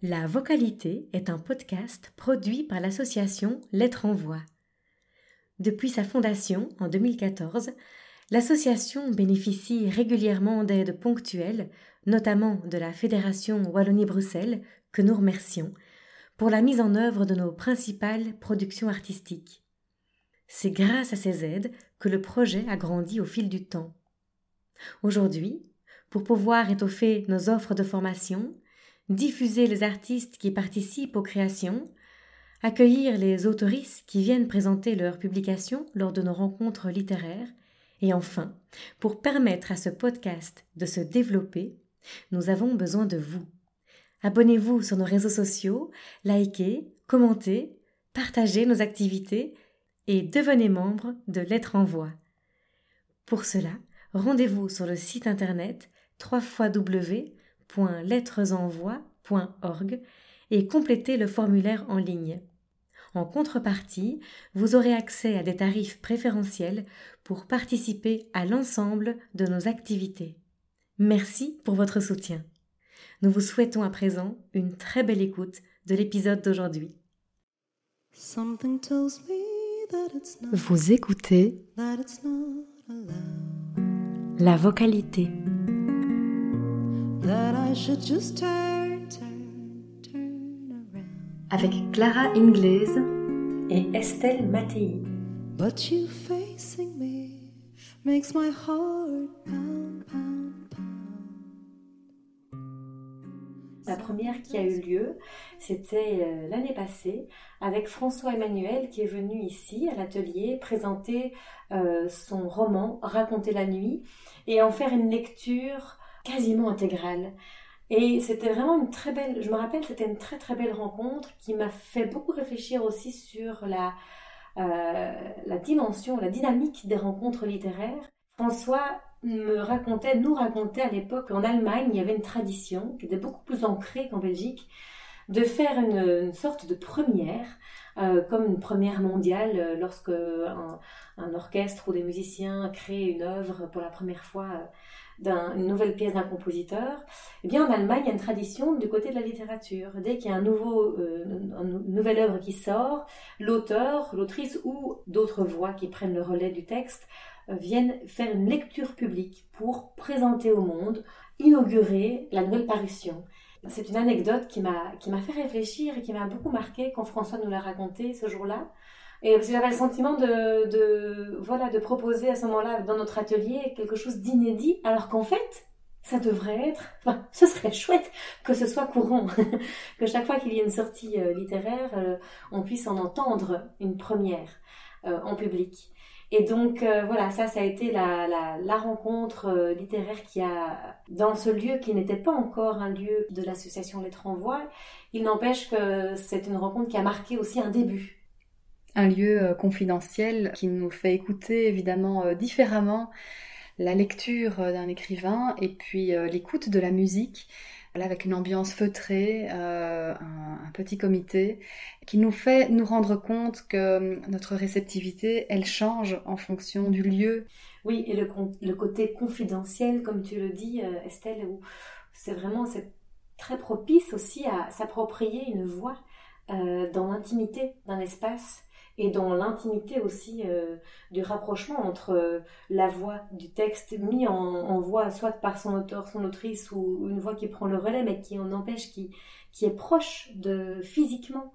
La Vocalité est un podcast produit par l'association Lettres en Voix. Depuis sa fondation en 2014, l'association bénéficie régulièrement d'aides ponctuelles, notamment de la Fédération Wallonie-Bruxelles, que nous remercions, pour la mise en œuvre de nos principales productions artistiques. C'est grâce à ces aides que le projet a grandi au fil du temps. Aujourd'hui, pour pouvoir étoffer nos offres de formation, diffuser les artistes qui participent aux créations, accueillir les autoristes qui viennent présenter leurs publications lors de nos rencontres littéraires, et enfin, pour permettre à ce podcast de se développer, nous avons besoin de vous. Abonnez-vous sur nos réseaux sociaux, likez, commentez, partagez nos activités et devenez membre de Lettres en Voix. Pour cela, rendez-vous sur le site internet www.lettresenvoix.org et complétez le formulaire en ligne. En contrepartie, vous aurez accès à des tarifs préférentiels pour participer à l'ensemble de nos activités. Merci pour votre soutien. Nous vous souhaitons à présent une très belle écoute de l'épisode d'aujourd'hui. Vous écoutez La Vocalité. Avec Clara Ingles et Estelle Mattei. But you facing me makes my heart pound, pound, pound. La première qui a eu lieu, c'était l'année passée, avec François Emmanuel qui est venu ici à l'atelier présenter son roman « Raconter la nuit » et en faire une lecture quasiment intégrale. Et c'était vraiment une très belle, je me rappelle, c'était une très très belle rencontre qui m'a fait beaucoup réfléchir aussi sur la dimension, la dynamique des rencontres littéraires. François nous racontait à l'époque qu'en Allemagne, il y avait une tradition qui était beaucoup plus ancrée qu'en Belgique, de faire une sorte de première, comme une première mondiale, lorsque un orchestre ou des musiciens créent une œuvre pour la première fois, une nouvelle pièce d'un compositeur. Eh bien, en Allemagne, il y a une tradition du côté de la littérature. Dès qu'il y a une nouvelle œuvre qui sort, l'auteur, l'autrice ou d'autres voix qui prennent le relais du texte viennent faire une lecture publique pour présenter au monde, inaugurer la nouvelle parution. C'est une anecdote qui m'a fait réfléchir et qui m'a beaucoup marqué quand François nous l'a raconté ce jour-là. Et parce que j'avais le sentiment de proposer à ce moment-là dans notre atelier quelque chose d'inédit, alors qu'en fait, ça devrait être, ce serait chouette que ce soit courant, que chaque fois qu'il y ait une sortie littéraire, on puisse en entendre une première en public. Et donc ça a été la rencontre littéraire qui a, dans ce lieu qui n'était pas encore un lieu de l'association Lettres en Voix, il n'empêche que c'est une rencontre qui a marqué aussi un début. Un lieu confidentiel qui nous fait écouter évidemment différemment la lecture d'un écrivain et puis l'écoute de la musique, là, avec une ambiance feutrée, un petit comité qui nous fait nous rendre compte que notre réceptivité, elle change en fonction du lieu. Oui, et le côté confidentiel, comme tu le dis, Estelle, où c'est très propice aussi à s'approprier une voix dans l'intimité d'un espace. Et dans l'intimité aussi du rapprochement entre la voix du texte mis en voix, soit par son auteur, son autrice, ou une voix qui prend le relais, mais qui en empêche, qui est proche physiquement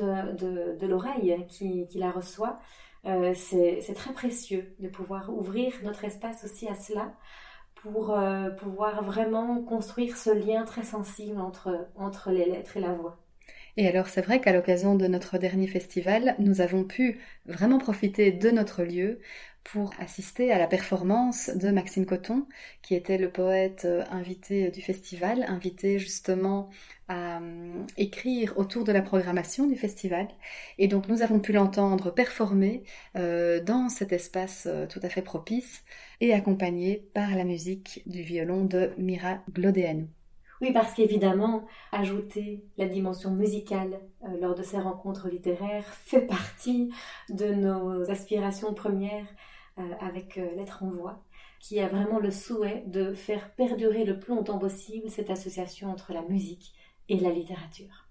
de l'oreille qui la reçoit. C'est très précieux de pouvoir ouvrir notre espace aussi à cela, pour pouvoir vraiment construire ce lien très sensible entre les lettres et la voix. Et alors c'est vrai qu'à l'occasion de notre dernier festival, nous avons pu vraiment profiter de notre lieu pour assister à la performance de Maxime Coton, qui était le poète invité du festival, invité justement à écrire autour de la programmation du festival. Et donc nous avons pu l'entendre performer dans cet espace tout à fait propice et accompagné par la musique du violon de Mira Glodeanu. Oui, parce qu'évidemment, ajouter la dimension musicale lors de ces rencontres littéraires fait partie de nos aspirations premières avec Lettres en Voix, qui a vraiment le souhait de faire perdurer le plus longtemps possible cette association entre la musique et la littérature.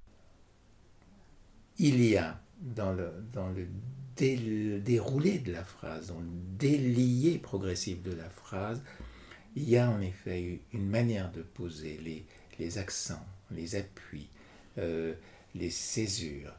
Il y a dans le déroulé de la phrase, dans le délié progressif de la phrase, il y a en effet une manière de poser les accents, les appuis, les césures,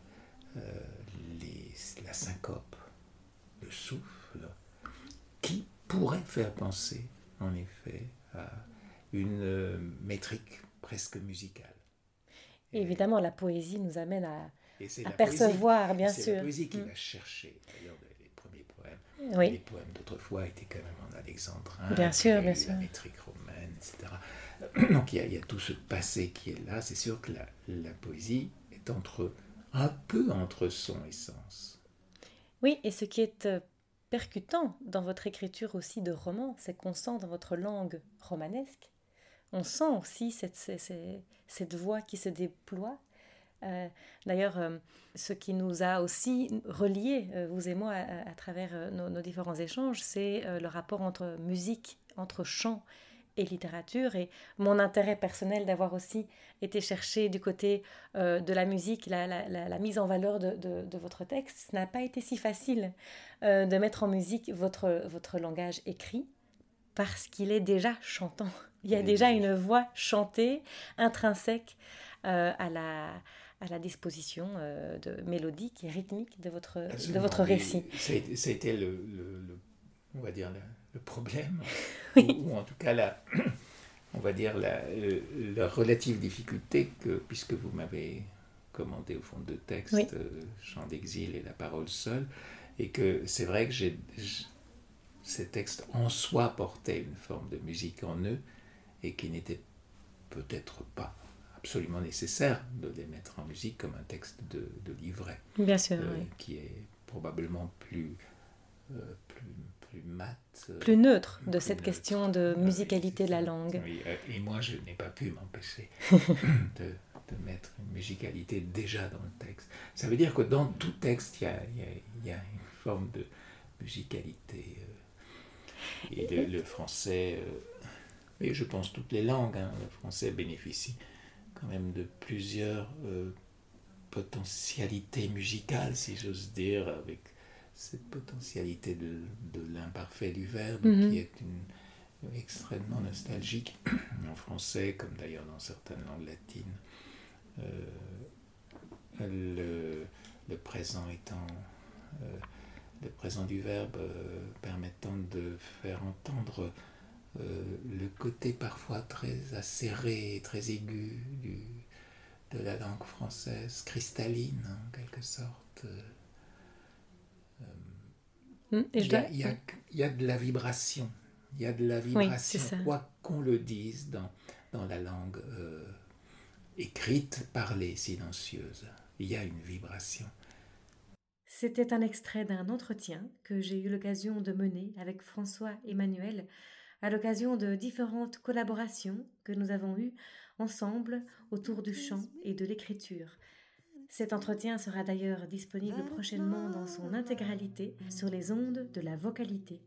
la syncope, le souffle, qui pourrait faire penser en effet à une métrique presque musicale. Évidemment, la poésie nous amène à la percevoir, poésie, bien sûr. C'est la poésie qui va chercher. D'ailleurs, les premiers poèmes, oui. Les poèmes d'autrefois étaient quand même en alexandrin. Bien sûr, bien sûr. La métrique romaine, etc. Donc il y a tout ce passé qui est là. C'est sûr que la poésie est un peu entre son et sens. Oui, et ce qui est percutant dans votre écriture aussi de romans, c'est qu'on sent dans votre langue romanesque, on sent aussi cette voix qui se déploie. D'ailleurs, ce qui nous a aussi reliés, vous et moi, à travers nos différents échanges, c'est le rapport entre musique, entre chant et littérature, et mon intérêt personnel d'avoir aussi été chercher du côté de la musique, la mise en valeur de votre texte. Ce n'a pas été si facile de mettre en musique votre langage écrit, parce qu'il est déjà chantant. Il y a déjà une voix chantée, intrinsèque à la disposition mélodique et rythmique de votre récit. C'était on va dire le problème, oui. ou en tout cas on va dire la relative difficulté puisque vous m'avez commandé au fond de texte oui. Chant d'exil et La parole seule, et que c'est vrai que ces textes en soi portaient une forme de musique en eux et qui n'était peut-être pas absolument nécessaire de les mettre en musique comme un texte de livret. Bien sûr, oui. Qui est probablement plus mat. Plus neutre de cette question de musicalité de la langue. Oui, et moi je n'ai pas pu m'empêcher de mettre une musicalité déjà dans le texte. Ça veut dire que dans tout texte, il y a une forme de musicalité. Et le français, et je pense toutes les langues, le français bénéficie quand même de plusieurs potentialités musicales, si j'ose dire, avec cette potentialité de l'imparfait du verbe qui est extrêmement nostalgique en français, comme d'ailleurs dans certaines langues latines. Le présent étant le présent du verbe permettant de faire entendre le côté parfois très acéré, très aigu de la langue française, cristalline en quelque sorte. Il y a de la vibration. Il y a de la vibration, oui, quoi qu'on le dise dans la langue écrite, parlée, silencieuse. Il y a une vibration. C'était un extrait d'un entretien que j'ai eu l'occasion de mener avec François Emmanuel à l'occasion de différentes collaborations que nous avons eues ensemble autour du chant et de l'écriture. Cet entretien sera d'ailleurs disponible prochainement dans son intégralité sur les ondes de la vocalité.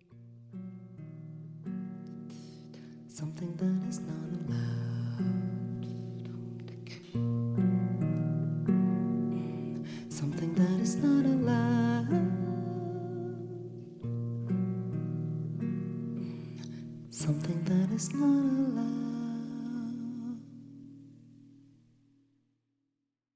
Something that is not allowed. Something that is not allowed. Something that is not allowed.